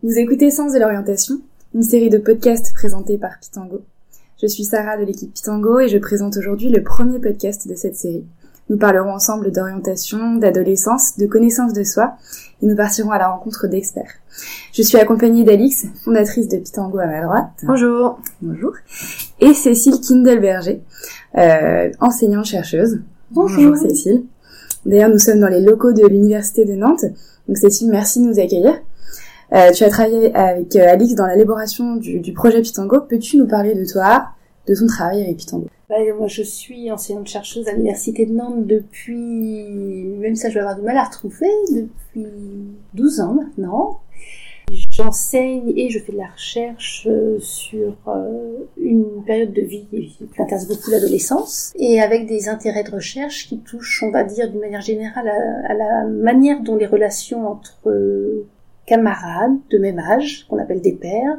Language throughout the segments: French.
Vous écoutez Sens de l'orientation, une série de podcasts présentés par Pitango. Je suis Sarah de l'équipe Pitango et je présente aujourd'hui le premier podcast de cette série. Nous parlerons ensemble d'orientation, d'adolescence, de connaissance de soi et nous partirons à la rencontre d'experts. Je suis accompagnée d'Alix, fondatrice de Pitango à ma droite. Bonjour. Bonjour. Et Cécile Kindelberger, enseignante-chercheuse. Bonjour Cécile. D'ailleurs, nous sommes dans les locaux de l'Université de Nantes. Donc Cécile, merci de nous accueillir. Tu as travaillé avec Alix dans l'élaboration du projet Pitango. Peux-tu nous parler de toi, de ton travail avec Pitango? Moi, je suis enseignante-chercheuse à l'Université de Nantes depuis, même ça je vais avoir du mal à retrouver, depuis 12 ans maintenant. J'enseigne et je fais de la recherche sur une période de vie qui intéresse beaucoup l'adolescence et avec des intérêts de recherche qui touchent, on va dire, d'une manière générale à la manière dont les relations entre camarades de même âge, qu'on appelle des pairs,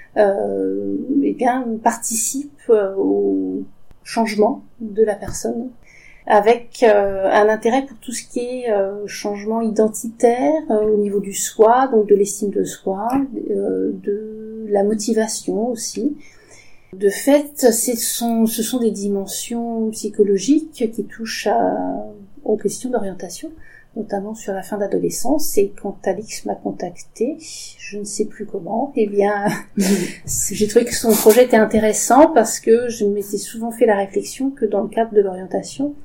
participent au changement de la personne, avec un intérêt pour tout ce qui est changement identitaire au niveau du soi, donc de l'estime de soi, de la motivation aussi. De fait, ce sont des dimensions psychologiques qui touchent aux questions d'orientation, notamment sur la fin d'adolescence. Et quand Alix m'a contactée, je ne sais plus comment, j'ai trouvé que son projet était intéressant parce que je m'étais souvent fait la réflexion que dans le cadre de l'orientation,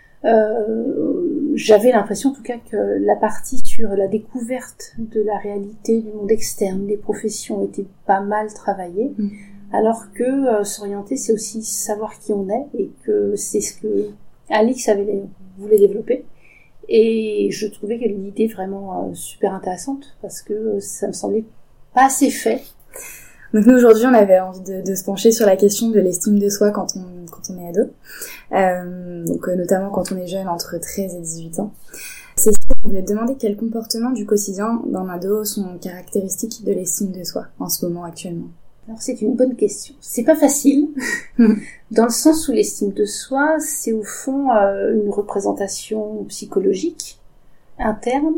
j'avais l'impression en tout cas que la partie sur la découverte de la réalité du monde externe, des professions, était pas mal travaillée, alors que s'orienter, c'est aussi savoir qui on est, et que c'est ce que Alix voulait développer. Et je trouvais que l'idée vraiment super intéressante parce que ça me semblait pas assez fait. Donc nous aujourd'hui on avait envie de se pencher sur la question de l'estime de soi quand on est ado, notamment quand on est jeune entre 13 et 18 ans. Cécile, on voulait te demander quels comportements du quotidien d'un ado sont caractéristiques de l'estime de soi en ce moment actuellement. Alors c'est une bonne question. C'est pas facile, dans le sens où l'estime de soi, c'est au fond une représentation psychologique, interne.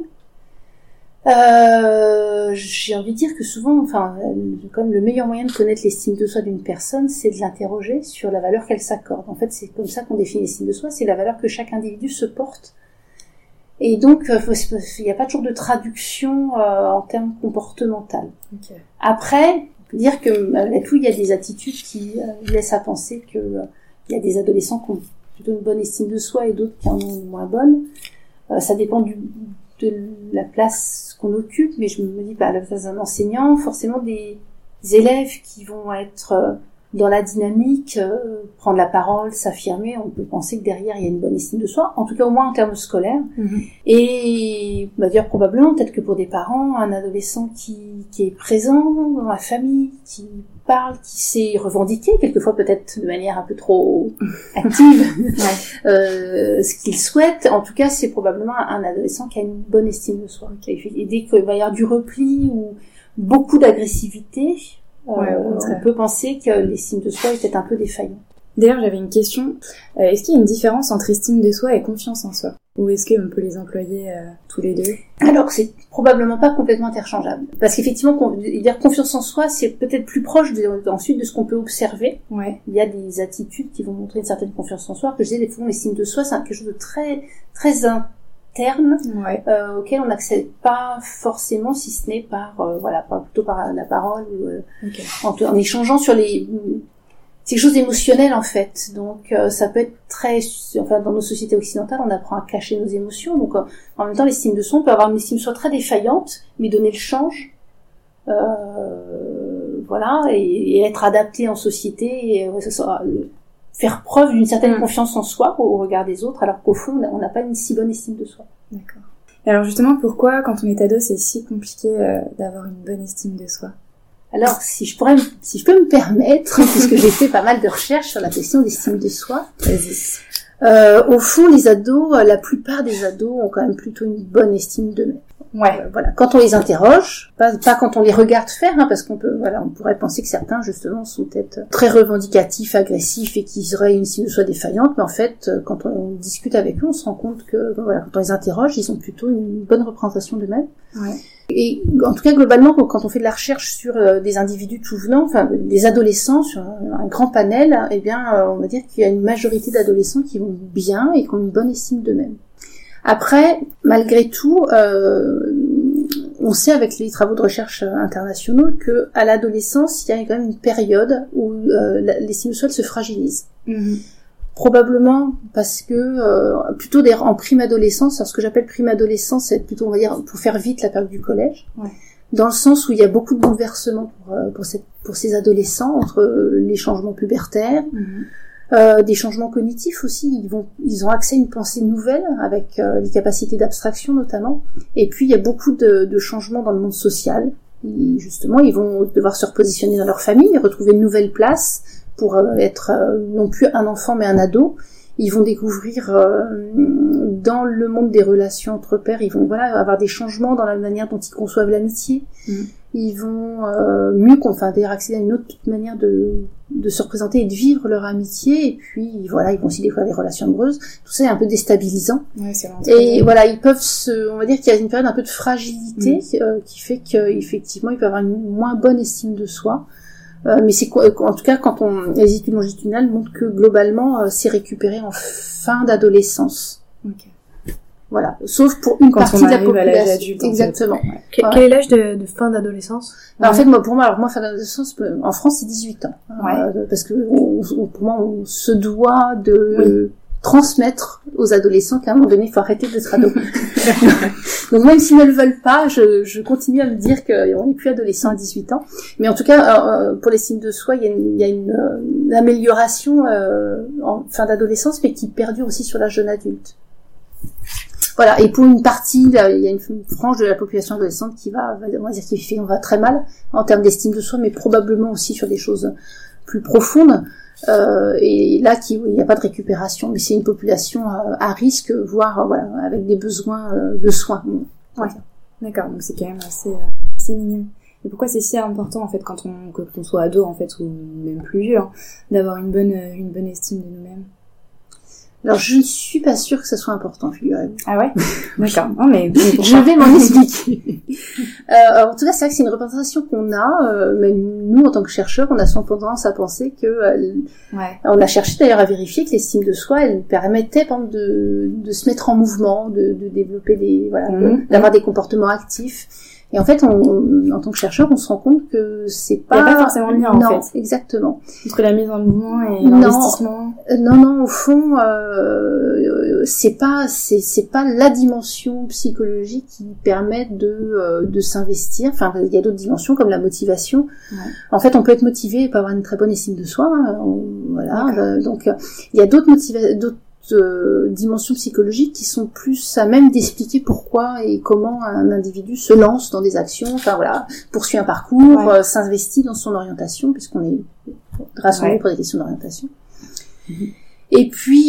J'ai envie de dire que souvent, comme le meilleur moyen de connaître l'estime de soi d'une personne, c'est de l'interroger sur la valeur qu'elle s'accorde. En fait, c'est comme ça qu'on définit l'estime de soi, c'est la valeur que chaque individu se porte. Et donc, il n'y a pas toujours de traduction en termes comportementaux. Okay. Après, dire que malgré tout il y a des attitudes qui laissent à penser que il y a des adolescents qui ont plutôt une bonne estime de soi et d'autres qui en ont une moins bonne. Ça dépend de la place qu'on occupe, mais je me dis à la place d'un enseignant, forcément des élèves qui vont être dans la dynamique, prendre la parole, s'affirmer, on peut penser que derrière il y a une bonne estime de soi, en tout cas au moins en termes scolaires. Et dire probablement, peut-être que pour des parents, un adolescent qui est présent dans la famille, qui parle, qui sait revendiquer, quelquefois peut-être de manière un peu trop active, ce qu'il souhaite, en tout cas c'est probablement un adolescent qui a une bonne estime de soi. Et dès qu'il va y avoir du repli ou beaucoup d'agressivité, on peut penser que l'estime de soi est peut-être un peu défaillante. D'ailleurs, j'avais une question. Est-ce qu'il y a une différence entre estime de soi et confiance en soi? Ou est-ce qu'on peut les employer tous les deux? Alors, c'est probablement pas complètement interchangeable. Parce qu'effectivement, dire confiance en soi, c'est peut-être plus proche ensuite de ce qu'on peut observer. Ouais. Il y a des attitudes qui vont montrer une certaine confiance en soi. Que je disais, des fois, l'estime de soi, c'est quelque chose de très, très interne, auquel on n'accède pas forcément, si ce n'est par plutôt par la parole ou en échangeant sur c'est quelque chose d'émotionnel en fait. Donc ça peut être dans nos sociétés occidentales, on apprend à cacher nos émotions. Donc en même temps, l'estime de soi, on peut avoir une estime de soi très défaillante, mais donner le change, et être adapté en société et faire preuve d'une certaine confiance en soi au regard des autres, alors qu'au fond, on n'a pas une si bonne estime de soi. D'accord. Et alors justement, pourquoi, quand on est ado, c'est si compliqué d'avoir une bonne estime de soi? Alors, si je peux me permettre, puisque j'ai fait pas mal de recherches sur la question d'estime de soi, au fond, les ados, la plupart des ados ont quand même plutôt une bonne estime d'eux-mêmes. Quand on les interroge, pas quand on les regarde faire, parce qu'on on pourrait penser que certains, justement, sont peut-être très revendicatifs, agressifs et qu'ils auraient une estime de soi défaillante, mais en fait, quand on discute avec eux, on se rend compte que, quand on les interroge, ils ont plutôt une bonne représentation d'eux-mêmes. Et en tout cas, globalement, quand on fait de la recherche sur des individus tout venant, enfin des adolescents, sur un grand panel, eh bien, on va dire qu'il y a une majorité d'adolescents qui vont bien et qui ont une bonne estime d'eux-mêmes. Après, malgré tout, on sait avec les travaux de recherche internationaux que à l'adolescence, il y a quand même une période où l'estime de soi se fragilise. Mm-hmm. Probablement parce que plutôt d'ailleurs en prime adolescence, alors ce que j'appelle prime adolescence, c'est plutôt, on va dire, pour faire vite, la période du collège, dans le sens où il y a beaucoup de bouleversements pour ces adolescents, entre les changements pubertaires, des changements cognitifs aussi. Ils ont accès à une pensée nouvelle avec les capacités d'abstraction notamment, et puis il y a beaucoup de changements dans le monde social. Justement, ils vont devoir se repositionner dans leur famille, retrouver une nouvelle place pour être non plus un enfant mais un ado. Ils vont découvrir dans le monde des relations entre pairs, ils vont avoir des changements dans la manière dont ils conçoivent l'amitié. Ils vont d'ailleurs accéder à une autre manière de se représenter et de vivre leur amitié. Et puis ils vont aussi découvrir les relations amoureuses. Tout ça est un peu déstabilisant. Ouais, et ils peuvent on va dire qu'il y a une période un peu de fragilité qui fait qu'effectivement ils peuvent avoir une moins bonne estime de soi. Mais en tout cas, les études longitudinales montrent que globalement, c'est récupéré en fin d'adolescence. Okay. Voilà, sauf pour une partie de la population. À l'âge adulte, exactement. En fait. Quel est l'âge de fin d'adolescence? En fait, moi, fin d'adolescence, en France, c'est 18 ans. Parce que pour moi, on se doit de transmettre aux adolescents qu'à un moment donné, il faut arrêter d'être ado. Donc même s'ils ne le veulent pas, je continue à me dire qu'on n'est plus adolescent à 18 ans. Mais en tout cas, pour l'estime de soi, il y a une amélioration en fin d'adolescence, mais qui perdure aussi sur l'âge jeune adulte. Voilà. Et pour une partie, il y a une frange de la population adolescente qui on va très mal en termes d'estime de soi, mais probablement aussi sur des choses plus profondes. Et là, il n'y a pas de récupération, mais c'est une population à risque, voire avec des besoins de soins. Ouais. D'accord, donc c'est quand même assez minime. Et pourquoi c'est si important en fait quand on soit ado en fait ou même plus vieux, d'avoir une bonne estime de nous-mêmes? Alors je ne suis pas sûre que ça soit important, figurez-vous. Ah ouais? D'accord. Non mais je vais m'en expliquer. En tout cas, c'est vrai que c'est une représentation qu'on a, même nous en tant que chercheurs, on a souvent tendance à penser que on a cherché d'ailleurs à vérifier que l'estime de soi, elle permettait par exemple de se mettre en mouvement, de développer d'avoir des comportements actifs. Et en fait, en tant que chercheur, on se rend compte que c'est pas... Il n'y a pas forcément de lien, en fait. Exactement. Entre la mise en mouvement et l'investissement. Non, au fond, c'est pas la dimension psychologique qui permet de s'investir. Enfin, il y a d'autres dimensions, comme la motivation. Ouais. En fait, on peut être motivé et pas avoir une très bonne estime de soi. Donc, il y a d'autres dimensions psychologiques qui sont plus à même d'expliquer pourquoi et comment un individu se lance dans des actions, poursuit un parcours, s'investit dans son orientation, puisqu'on est rassemblés pour des questions d'orientation. Et puis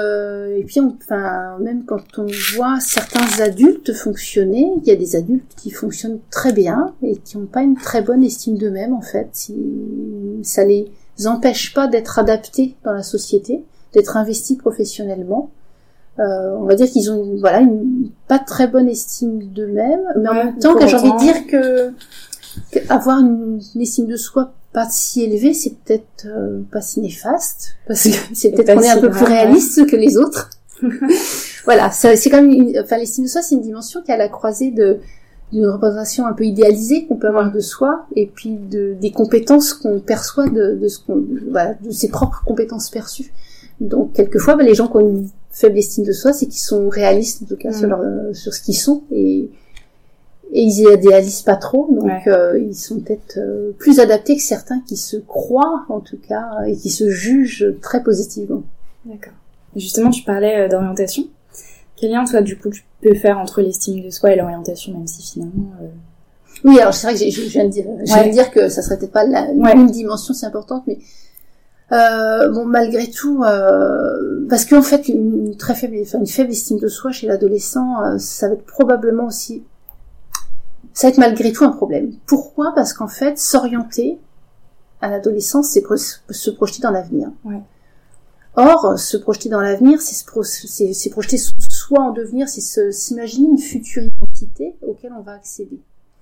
même quand on voit certains adultes fonctionner, il y a des adultes qui fonctionnent très bien et qui n'ont pas une très bonne estime d'eux-mêmes, en fait. Ça les empêche pas d'être adaptés dans la société, d'être investis professionnellement. On va dire qu'ils ont une pas très bonne estime d'eux-mêmes, mais en même temps, j'ai envie de dire que avoir une estime de soi pas si élevée, c'est peut-être pas si néfaste, parce que c'est peut-être qu'on est un peu plus réaliste que les autres. Voilà, c'est quand même l'estime de soi, c'est une dimension qui est à la croisée d'une représentation un peu idéalisée qu'on peut avoir de soi, et puis des compétences qu'on perçoit de ses propres compétences perçues. Donc quelquefois, les gens qui ont une faible estime de soi, c'est qu'ils sont réalistes en tout cas sur ce qu'ils sont, et ils idéalisent pas trop, donc ils sont peut-être plus adaptés que certains qui se croient en tout cas et qui se jugent très positivement. D'accord. Et justement, tu parlais d'orientation. Quel lien toi du coup tu peux faire entre l'estime de soi et l'orientation, même si finalement Oui, alors c'est vrai que je viens de dire que ça serait peut-être pas une dimension si importante, mais malgré tout, parce qu'en fait, une faible estime de soi chez l'adolescent, ça va être probablement aussi, ça va être malgré tout un problème. Pourquoi ? Parce qu'en fait, s'orienter à l'adolescence, c'est se projeter dans l'avenir. Ouais. Or, se projeter dans l'avenir, c'est projeter soi en devenir, c'est s'imaginer une future identité auquel on va accéder.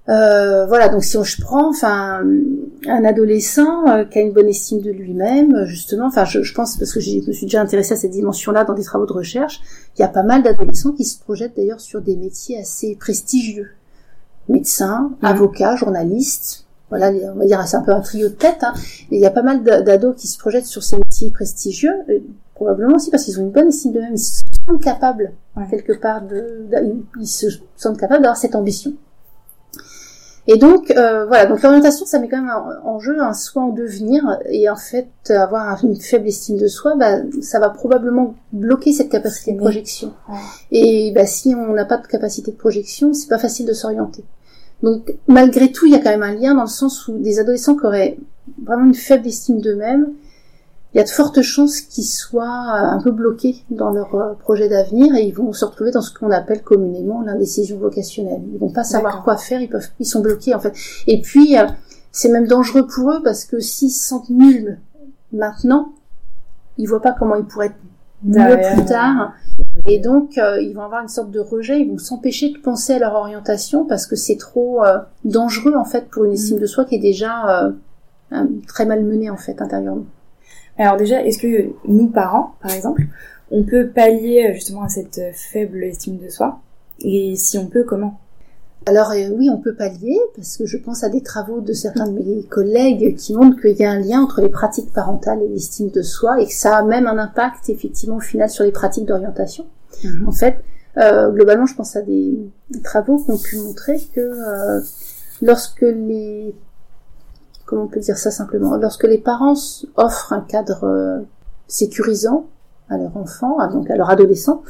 Voilà, donc si je prends un adolescent qui a une bonne estime de lui-même, justement, je pense, parce que je me suis déjà intéressée à cette dimension-là dans des travaux de recherche, il y a pas mal d'adolescents qui se projettent d'ailleurs sur des métiers assez prestigieux. Médecins, avocats, journalistes, voilà, on va dire c'est un peu un trio de tête, hein, mais il y a pas mal d'ados qui se projettent sur ces métiers prestigieux, probablement aussi parce qu'ils ont une bonne estime d'eux-mêmes, ils se sentent capables, quelque part, ils se sentent capables d'avoir cette ambition. Et donc, voilà, donc l'orientation, ça met quand même en jeu un soi en devenir, et en fait, avoir une faible estime de soi, ça va probablement bloquer cette capacité de projection. Ouais. Et si on n'a pas de capacité de projection, c'est pas facile de s'orienter. Donc, malgré tout, il y a quand même un lien dans le sens où des adolescents qui auraient vraiment une faible estime d'eux-mêmes, il y a de fortes chances qu'ils soient un peu bloqués dans leur projet d'avenir et ils vont se retrouver dans ce qu'on appelle communément l'indécision vocationnelle. Ils vont pas savoir quoi faire, ils sont bloqués en fait. Et puis c'est même dangereux pour eux parce que s'ils se sentent nuls maintenant, ils voient pas comment ils pourraient être mieux plus tard. Et donc ils vont avoir une sorte de rejet, ils vont s'empêcher de penser à leur orientation parce que c'est trop dangereux en fait pour une estime de soi qui est déjà très malmenée en fait intérieurement. Alors déjà, est-ce que nous, parents, par exemple, on peut pallier justement à cette faible estime de soi? Et si on peut, comment? Alors oui, on peut pallier, parce que je pense à des travaux de certains de mes collègues qui montrent qu'il y a un lien entre les pratiques parentales et l'estime de soi, et que ça a même un impact, effectivement, au final, sur les pratiques d'orientation. En fait, globalement, je pense à des travaux qui ont pu montrer que lorsque comment on peut dire ça simplement, lorsque les parents offrent un cadre sécurisant à leur enfant, donc à leur adolescent,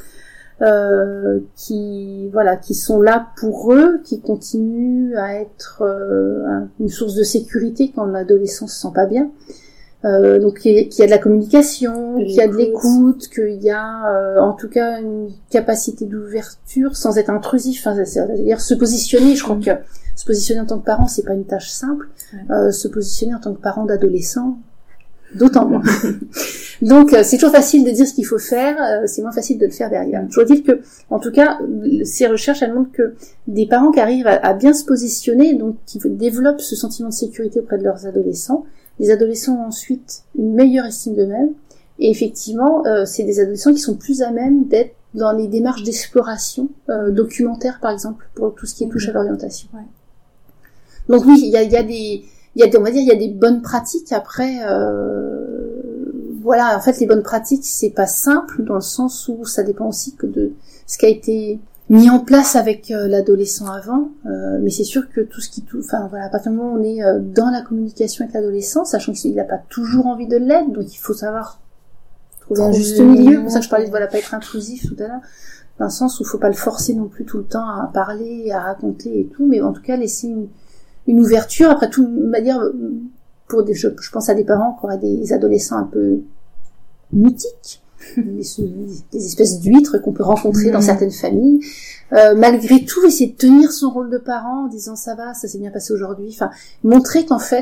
qui sont là pour eux, qui continuent à être une source de sécurité quand l'adolescent se sent pas bien, donc qu'il y a de la communication, qu'il y a de l'écoute, qu'il y a en tout cas une capacité d'ouverture sans être intrusif, c'est-à-dire se positionner. Je crois que se positionner en tant que parent, c'est pas une tâche simple. Se positionner en tant que parent d'adolescent, d'autant moins. Donc, c'est toujours facile de dire ce qu'il faut faire, c'est moins facile de le faire derrière. Je dois dire que, en tout cas, ces recherches, elles montrent que des parents qui arrivent à bien se positionner, donc qui développent ce sentiment de sécurité auprès de leurs adolescents, les adolescents ont ensuite une meilleure estime d'eux-mêmes, et effectivement, c'est des adolescents qui sont plus à même d'être dans les démarches d'exploration documentaire, par exemple, pour tout ce qui touche à l'orientation. Ouais. Donc oui, il y a des bonnes pratiques. Après, voilà, en fait, les bonnes pratiques, c'est pas simple dans le sens où ça dépend aussi que de ce qui a été mis en place avec l'adolescent avant. Mais c'est sûr que tout ce qui à partir du moment où on est dans la communication avec l'adolescent, sachant qu'il n'a pas toujours envie de l'être, donc il faut savoir trouver un juste milieu. C'est pour ça que je parlais de pas être intrusif tout à l'heure, dans le sens où il faut pas le forcer non plus tout le temps à parler, à raconter et tout, mais en tout cas laisser une ouverture. Après tout, on va dire, je pense à des parents qui auraient des adolescents un peu mutiques, des espèces d'huîtres qu'on peut rencontrer dans certaines familles. Malgré tout, essayer de tenir son rôle de parent en disant ça s'est bien passé aujourd'hui. Montrer qu'en fait,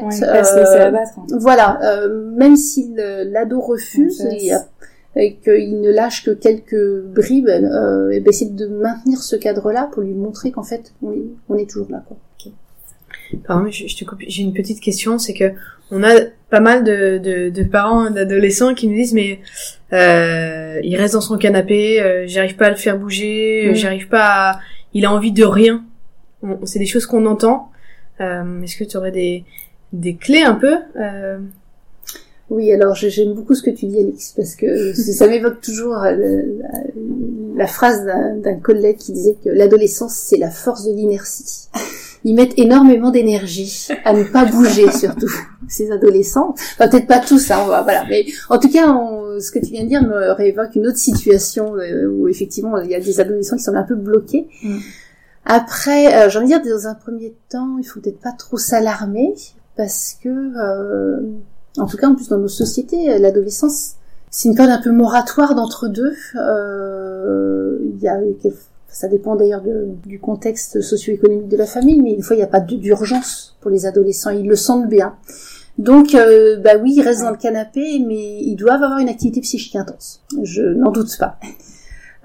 même si l'ado refuse et qu'il ne lâche que quelques bribes, essayer de maintenir ce cadre-là pour lui montrer qu'en fait, on est toujours là, quoi. Okay. Pardon, je te coupe. J'ai une petite question, c'est que on a pas mal de parents, d'adolescents qui nous disent mais il reste dans son canapé, j'arrive pas à le faire bouger, il a envie de rien. C'est des choses qu'on entend. Est-ce que tu aurais des clés un peu Oui, alors j'aime beaucoup ce que tu dis, Alix, parce que ça m'évoque toujours la phrase d'un collègue qui disait que l'adolescence, c'est la force de l'inertie. Ils mettent énormément d'énergie à ne pas bouger, surtout ces adolescents. Enfin, peut-être pas tous, hein, voilà. Mais en tout cas, ce que tu viens de dire me réévoque une autre situation où effectivement il y a des adolescents qui sont un peu bloqués. Après, j'ai envie de dire, dans un premier temps, il faut peut-être pas trop s'alarmer parce que, en tout cas, en plus dans nos sociétés, l'adolescence, c'est une période un peu moratoire d'entre deux. Il y a ça dépend d'ailleurs du contexte socio-économique de la famille, mais une fois il n'y a pas d'urgence pour les adolescents, ils le sentent bien. Donc oui, ils restent dans le canapé, mais ils doivent avoir une activité psychique intense. Je n'en doute pas.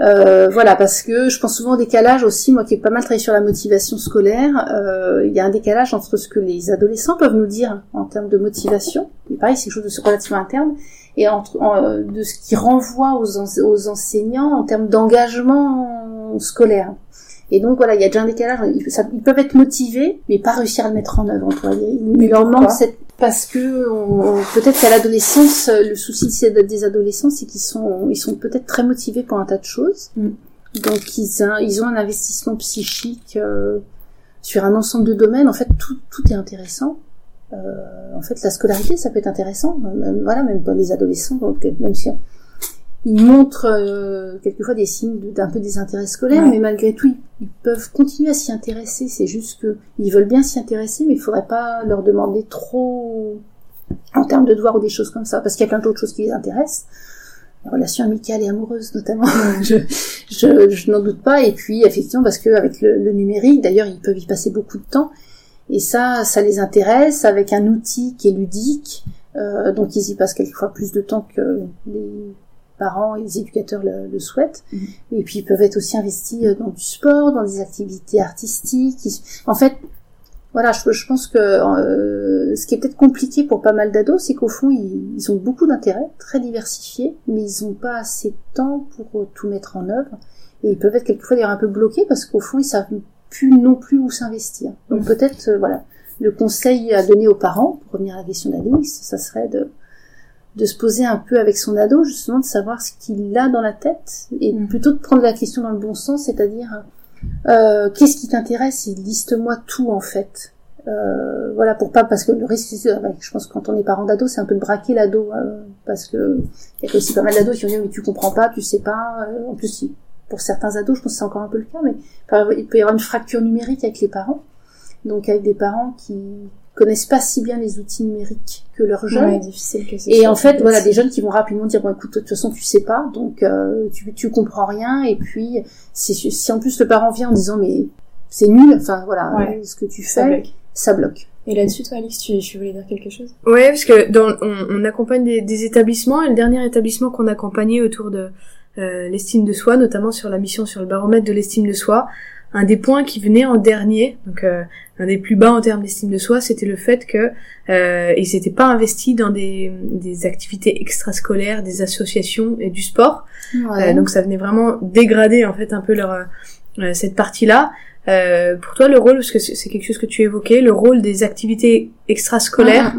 Voilà, parce que je pense souvent au décalage aussi, moi qui ai pas mal travaillé sur la motivation scolaire, il y a un décalage entre ce que les adolescents peuvent nous dire en termes de motivation, et pareil c'est quelque chose de relativement interne, et de ce qui renvoie aux enseignants en termes d'engagement scolaire. Et donc voilà, il y a déjà un décalage, ils peuvent être motivés, mais pas réussir à le mettre en œuvre, on pourrait dire. Il leur manque parce que peut-être qu'à l'adolescence, le souci des adolescents, c'est ils sont peut-être très motivés pour un tas de choses. Donc ils ont un investissement psychique sur un ensemble de domaines. En fait, tout est intéressant. En fait, la scolarité, ça peut être intéressant. Même pour les adolescents, donc, même si ils montrent quelquefois des signes d'un peu désintérêt scolaire, mais malgré tout, ils peuvent continuer à s'y intéresser. C'est juste que ils veulent bien s'y intéresser, mais il faudrait pas leur demander trop en termes de devoirs ou des choses comme ça, parce qu'il y a plein d'autres choses qui les intéressent. Les relations amicales et amoureuses, notamment, je n'en doute pas. Et puis, effectivement, parce que avec le numérique, d'ailleurs, ils peuvent y passer beaucoup de temps, et ça les intéresse, avec un outil qui est ludique, donc ils y passent quelquefois plus de temps que les parents et les éducateurs le souhaitent. Et puis ils peuvent être aussi investis dans du sport, dans des activités artistiques. En fait, voilà, je pense que ce qui est peut-être compliqué pour pas mal d'ados, c'est qu'au fond ils ont beaucoup d'intérêts, très diversifiés, mais ils n'ont pas assez de temps pour tout mettre en œuvre. Et ils peuvent être quelquefois d'ailleurs un peu bloqués parce qu'au fond ils savent plus non plus où s'investir. Donc peut-être, voilà, le conseil à donner aux parents, pour revenir à la question d'Alix, ça serait de se poser un peu avec son ado, justement de savoir ce qu'il a dans la tête, et plutôt de prendre la question dans le bon sens, c'est-à-dire qu'est-ce qui t'intéresse, et liste-moi tout en fait. Voilà, pour pas, parce que le risque, je pense que quand on est parent d'ado, c'est un peu de braquer l'ado, parce que il y a aussi pas mal d'ados qui vont dire mais tu comprends pas, tu sais pas, en plus pour certains ados, je pense que c'est encore un peu le cas, mais il peut y avoir une fracture numérique avec les parents, donc avec des parents qui connaissent pas si bien les outils numériques que leurs jeunes. Difficile que et en fait, voilà, des jeunes qui vont rapidement dire, bon, écoute, de toute façon, tu sais pas, donc, tu comprends rien, et puis, si en plus le parent vient en disant, mais, c'est nul, enfin, voilà, ce que tu fais, ça bloque. Et là-dessus, toi, Alix, tu voulais dire quelque chose? Ouais, parce que on accompagne des établissements, et le dernier établissement qu'on accompagnait autour de, l'estime de soi, notamment sur la mission sur le baromètre de l'estime de soi, un des points qui venait en dernier, donc un des plus bas en termes d'estime de soi, c'était le fait que ils s'étaient pas investis dans des activités extrascolaires, des associations et du sport. Donc ça venait vraiment dégrader en fait un peu leur cette partie-là. Pour toi, le rôle, parce que c'est quelque chose que tu évoquais, le rôle des activités extrascolaires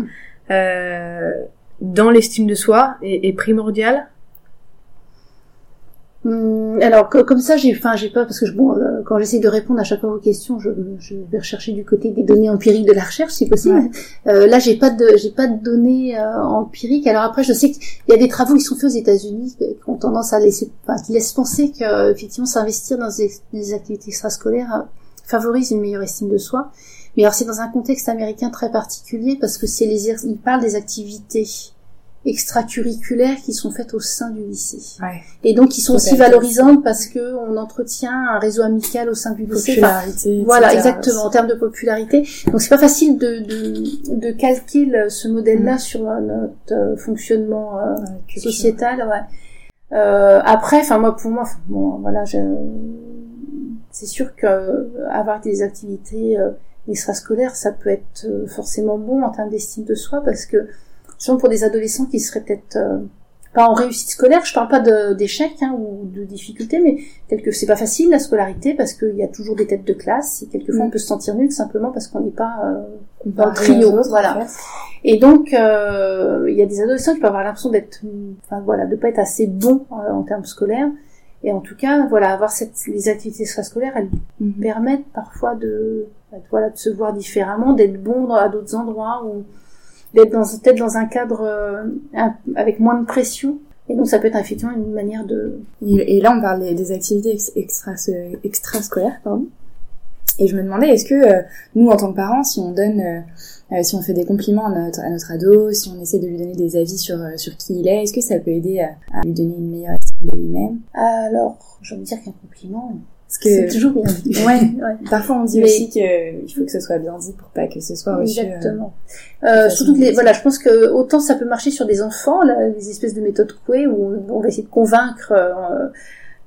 dans l'estime de soi est primordial. Alors comme ça, j'ai pas, parce que quand j'essaie de répondre à chaque fois aux questions, je vais rechercher du côté des données empiriques de la recherche, si possible. Là, j'ai pas de données empiriques. Alors après, je sais qu'il y a des travaux qui sont faits aux États-Unis qui ont tendance à qui laissent penser que effectivement s'investir dans des activités extrascolaires favorise une meilleure estime de soi. Mais alors c'est dans un contexte américain très particulier parce que ils parlent des activités extracurriculaires qui sont faites au sein du lycée. Et donc, qui sont aussi valorisantes parce que on entretient un réseau amical au sein du lycée. Popularité, voilà, exactement, en termes de popularité. Donc, c'est pas facile de calquer ce modèle-là sur notre fonctionnement sociétal. Après, pour moi, voilà, c'est sûr que avoir des activités extrascolaires, ça peut être forcément bon en termes d'estime de soi parce que sinon, pour des adolescents qui seraient peut-être pas en réussite scolaire, je parle pas d'échec ou de difficultés, mais c'est pas facile la scolarité parce qu'il y a toujours des têtes de classe et quelquefois on peut se sentir nul simplement parce qu'on n'est pas dans le trio, voilà. Et donc il y a des adolescents qui peuvent avoir l'impression de pas être assez bons en termes scolaires. Et en tout cas, voilà, avoir les activités extrascolaires, elles permettent parfois de se voir différemment, d'être bon à d'autres endroits ou d'être peut-être dans un cadre avec moins de pression. Et donc ça peut être effectivement une manière de... Et là on parle des activités extrascolaires, pardon. Et je me demandais, est-ce que nous en tant que parents, si on fait des compliments à notre ado, si on essaie de lui donner des avis sur qui il est, est-ce que ça peut aider à lui donner une meilleure estime de lui-même? Alors, j'ai envie de dire qu'un compliment... c'est toujours bien vu. Parfois on dit aussi qu'il faut que ce soit bien dit pour pas que ce soit reçu. Exactement. Surtout je pense que autant ça peut marcher sur des enfants, là, les espèces de méthodes Coué où on va essayer de convaincre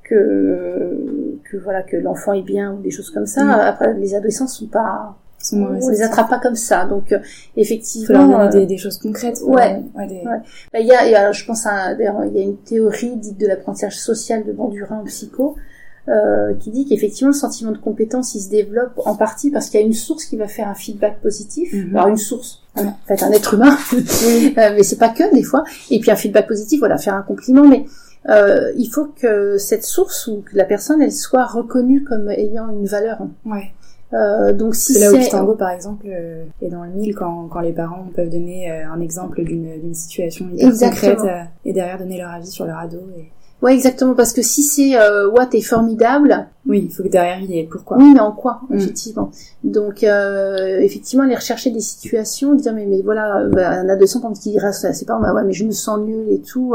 que l'enfant est bien ou des choses comme ça. Après, les adolescents on les attrape pas comme ça. Donc effectivement, faut leur donner des choses concrètes. Il y a, je pense, d'ailleurs, il y a une théorie dite de l'apprentissage social de Bandura en psycho qui dit qu'effectivement le sentiment de compétence il se développe en partie parce qu'il y a une source qui va faire un feedback positif. Alors une source, en fait un être humain, mais c'est pas que des fois. Et puis un feedback positif, voilà, faire un compliment, mais il faut que cette source ou que la personne elle soit reconnue comme ayant une valeur. Donc si c'est là où Pitango par exemple est dans le mille quand les parents peuvent donner un exemple d'une situation hyper concrète et derrière donner leur avis sur leur ado. Ouais, exactement, parce que si c'est t'es formidable. Oui, il faut que derrière il y ait pourquoi. Oui, mais en quoi, effectivement. Donc effectivement, aller rechercher des situations, dire mais voilà, un adolescent quand il dirait à ses parents, mais je me sens nul et tout.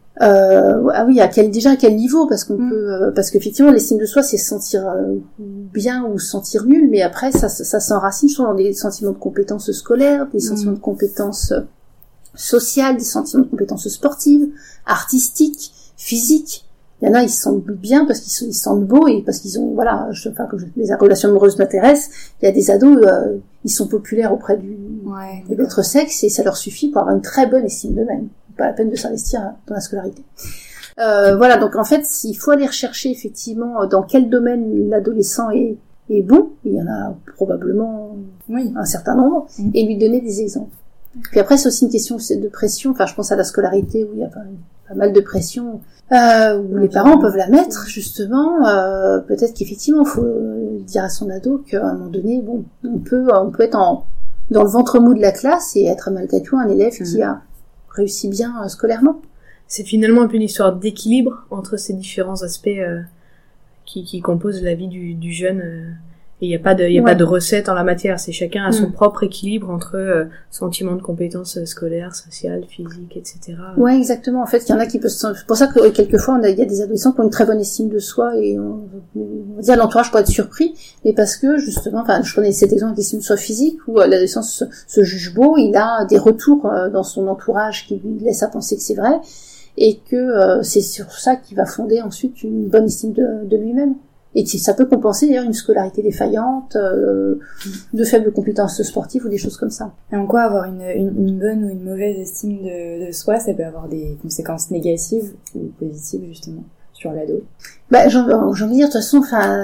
Ah oui, à quel niveau, parce qu'on peut, parce qu'effectivement l'estime de soi c'est se sentir bien ou se sentir nul, mais après ça s'enracine souvent dans des sentiments de compétences scolaires, des sentiments de compétences sociales, des sentiments de compétences sportives, artistiques, physiques. Il y en a, ils se sentent bien parce qu'ils se sentent beaux et parce qu'ils ont, comme les relations amoureuses m'intéressent. Il y a des ados, ils sont populaires auprès de l'autre sexe et ça leur suffit pour avoir une très bonne estime d'eux-mêmes. Pas la peine de s'investir dans la scolarité. Donc en fait, il faut aller rechercher effectivement dans quel domaine l'adolescent est bon. Il y en a probablement un certain nombre et lui donner des exemples. Puis après, c'est aussi une question de pression. Enfin, je pense à la scolarité où il y a pas mal de pression où les parents peuvent la mettre justement. Peut-être qu'effectivement, il faut dire à son ado qu'à un moment donné, on peut être dans le ventre mou de la classe et être malgré tout un élève qui a réussi bien scolairement. C'est finalement un peu une histoire d'équilibre entre ces différents aspects qui composent la vie du jeune. Et il y a pas de recette en la matière. C'est chacun a son propre équilibre entre sentiment de compétences scolaires, sociales, physiques, etc. Ouais, exactement. En fait, il y en a qui peuvent. C'est pour ça que quelquefois il y a des adolescents qui ont une très bonne estime de soi et on va dire l'entourage pourrait être surpris, mais parce que justement, je connais cet exemple d'estime de soi physique où l'adolescent se juge beau, il a des retours dans son entourage qui lui laissent à penser que c'est vrai et que c'est sur ça qu'il va fonder ensuite une bonne estime de lui-même. Et ça peut compenser d'ailleurs une scolarité défaillante, de faibles compétences sportives ou des choses comme ça. Et en quoi avoir une bonne ou une mauvaise estime de soi, ça peut avoir des conséquences négatives ou positives justement sur l'ado? J'ai envie de dire, de toute façon,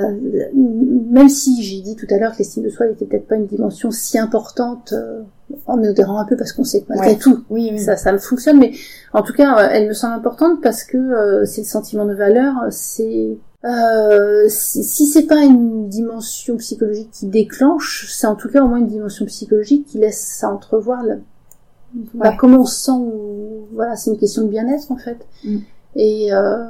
même si j'ai dit tout à l'heure que l'estime de soi n'était peut-être pas une dimension si importante, en me dérange un peu parce qu'on sait que malgré tout, ça me fonctionne, mais en tout cas, elle me semble importante parce que c'est le sentiment de valeur, si c'est pas une dimension psychologique qui déclenche, c'est en tout cas au moins une dimension psychologique qui laisse ça entrevoir comment on se sent, c'est une question de bien-être en fait. Et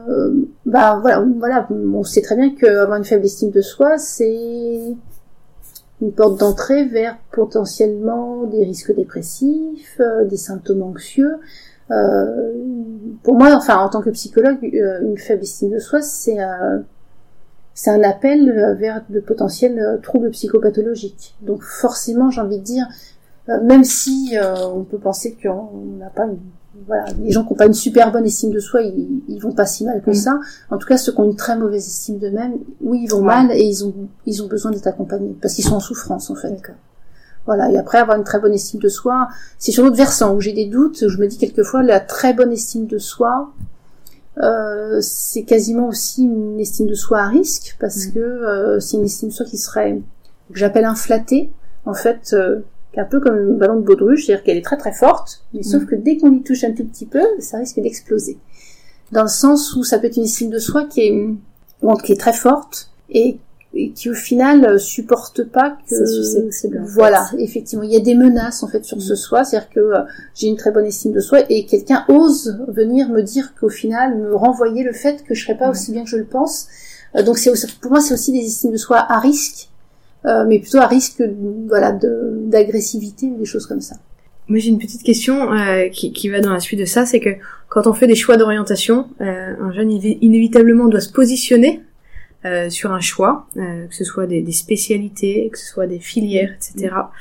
on sait très bien qu'avoir une faible estime de soi, c'est une porte d'entrée vers potentiellement des risques dépressifs, des symptômes anxieux. Pour moi, en tant que psychologue, une faible estime de soi, c'est un appel vers de potentiels troubles psychopathologiques. Donc forcément, j'ai envie de dire, même si on peut penser qu'on n'a pas les gens qui n'ont pas une super bonne estime de soi, ils vont pas si mal que ça. En tout cas, ceux qui ont une très mauvaise estime d'eux-mêmes, ils vont mal et ils ont besoin d'être accompagnés parce qu'ils sont en souffrance en fait. D'accord. Voilà, et après avoir une très bonne estime de soi, c'est sur l'autre versant où j'ai des doutes, où je me dis quelquefois la très bonne estime de soi, c'est quasiment aussi une estime de soi à risque, parce que c'est une estime de soi que j'appelle inflatée, en fait, un peu comme un ballon de baudruche, c'est-à-dire qu'elle est très très forte, mais sauf que dès qu'on y touche un tout petit peu, ça risque d'exploser. Dans le sens où ça peut être une estime de soi qui est très forte, et qui au final supporte pas que c'est susceptible. Voilà, effectivement, il y a des menaces en fait sur ce soi, c'est-à-dire que j'ai une très bonne estime de soi et quelqu'un ose venir me dire qu'au final me renvoyer le fait que je serais pas aussi bien que je le pense. Donc pour moi c'est aussi des estimes de soi à risque, mais plutôt à risque d'agressivité ou des choses comme ça. Moi j'ai une petite question qui va dans la suite de ça, c'est que quand on fait des choix d'orientation, un jeune inévitablement doit se positionner sur un choix, que ce soit des spécialités, que ce soit des filières, etc.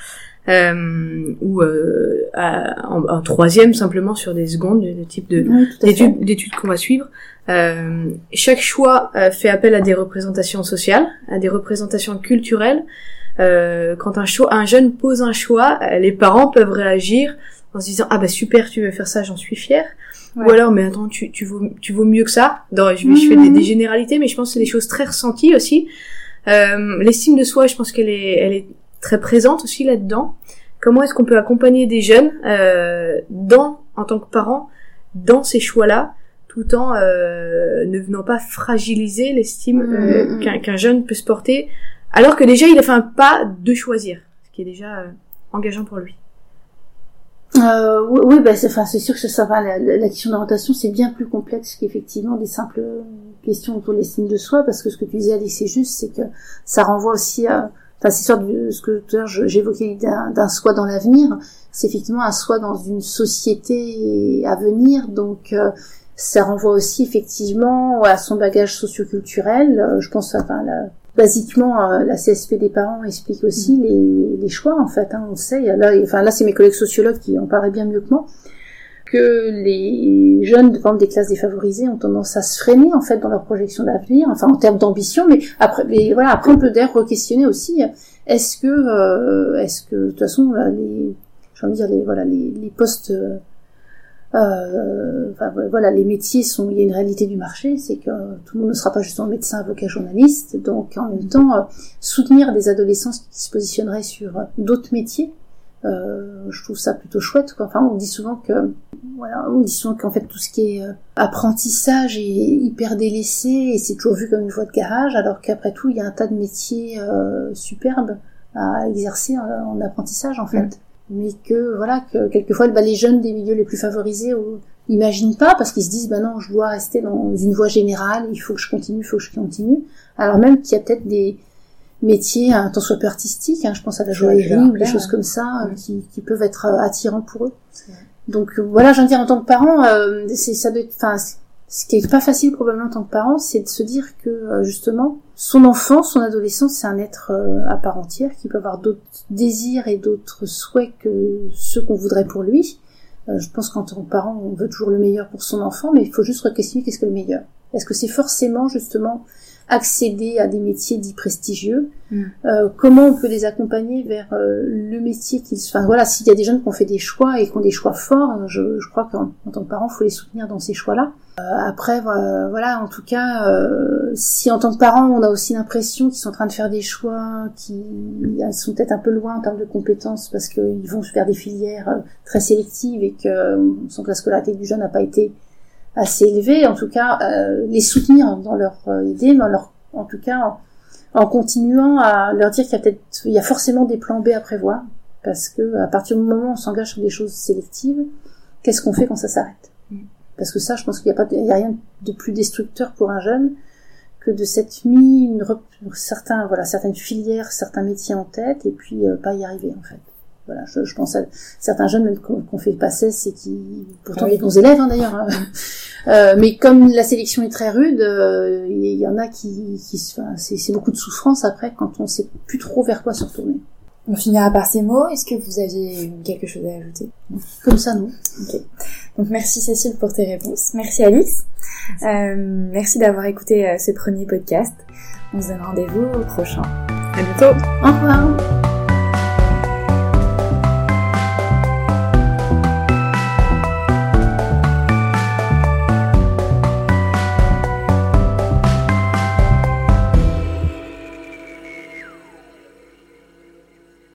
ou en troisième simplement sur des secondes, le type d'études qu'on va suivre. Chaque choix fait appel à des représentations sociales, à des représentations culturelles. Quand un jeune pose un choix, les parents peuvent réagir en se disant super, tu veux faire ça, j'en suis fière. Ouais. Ou alors mais attends, tu vaux mieux que ça. Non, je fais des généralités, mais je pense que c'est des choses très ressenties aussi. L'estime de soi, je pense qu'elle est très présente aussi là-dedans. Comment est-ce qu'on peut accompagner des jeunes en tant que parents dans ces choix-là, tout en ne venant pas fragiliser l'estime qu'un jeune peut se porter, alors que déjà il a fait un pas de choisir, ce qui est déjà engageant pour lui. Oui, c'est sûr que la question d'orientation c'est bien plus complexe qu'effectivement des simples questions autour de l'estime de soi, parce que ce que tu disais, Alice, c'est juste, c'est que ça renvoie aussi à, c'est sûr ce que tout à l'heure j'évoquais l'idée d'un soi dans l'avenir, c'est effectivement un soi dans une société à venir, donc ça renvoie aussi effectivement à son bagage socioculturel. Je pense, basiquement, la CSP des parents explique aussi les choix, en fait, on sait. Là, c'est mes collègues sociologues qui en parlent bien mieux que moi, que les jeunes de des classes défavorisées ont tendance à se freiner, en fait, dans leur projection d'avenir, en termes d'ambition, mais après on peut d'ailleurs re-questionner aussi, est-ce que, de toute façon, les postes, les métiers il y a une réalité du marché, c'est que tout le monde ne sera pas justement médecin, avocat, journaliste, donc en même temps soutenir des adolescents qui se positionneraient sur d'autres métiers, je trouve ça plutôt chouette, quoi. On dit souvent qu'en fait tout ce qui est apprentissage est hyper délaissé et c'est toujours vu comme une voie de garage, alors qu'après tout il y a un tas de métiers superbes à exercer en apprentissage, en fait. Mais que quelquefois les jeunes des milieux les plus favorisés n'imaginent pas, parce qu'ils se disent non, je dois rester dans une voie générale, il faut que je continue, alors même qu'il y a peut-être des métiers un tant soit peu artistiques, je pense à la joaillerie ou des choses comme ça, qui peuvent être attirants pour eux. Donc je veux dire, en tant que parent, ce qui est pas facile probablement en tant que parent, c'est de se dire que justement son enfant, son adolescent, c'est un être à part entière qui peut avoir d'autres désirs et d'autres souhaits que ceux qu'on voudrait pour lui. Je pense qu'en tant que parent, on veut toujours le meilleur pour son enfant, mais il faut juste re-questionner qu'est-ce que le meilleur. Est-ce que c'est forcément justement accéder à des métiers dits prestigieux? Comment on peut les accompagner vers le métier s'il y a des jeunes qui ont fait des choix et qui ont des choix forts, je crois qu'en tant que parent, il faut les soutenir dans ces choix-là. Après, en tout cas, si en tant que parent, on a aussi l'impression qu'ils sont en train de faire des choix qui sont peut-être un peu loin en termes de compétences, parce qu'ils vont faire des filières très sélectives et que on sent que la scolarité du jeune n'a pas été assez élevée, en tout cas, les soutenir dans leur idée, mais en tout cas, en continuant à leur dire qu'il y a forcément des plans B à prévoir, parce que à partir du moment où on s'engage sur des choses sélectives, qu'est-ce qu'on fait quand ça s'arrête? Parce que ça, je pense qu'il y a rien de plus destructeur pour un jeune que de s'être mis certaines filières, certains métiers en tête, et puis pas y arriver, en fait. Voilà, je pense à certains jeunes même qu'on fait pas cesse et qui pourtant des bons élèves, d'ailleurs. Mais comme la sélection est très rude, il y en a c'est beaucoup de souffrance après quand on sait plus trop vers quoi se retourner. On finira par ces mots. Est-ce que vous aviez quelque chose à ajouter? Comme ça, non. Ok. Donc merci Cécile pour tes réponses. Merci Alix. Merci d'avoir écouté ce premier podcast. On se donne rendez-vous au prochain. À bientôt. Au revoir.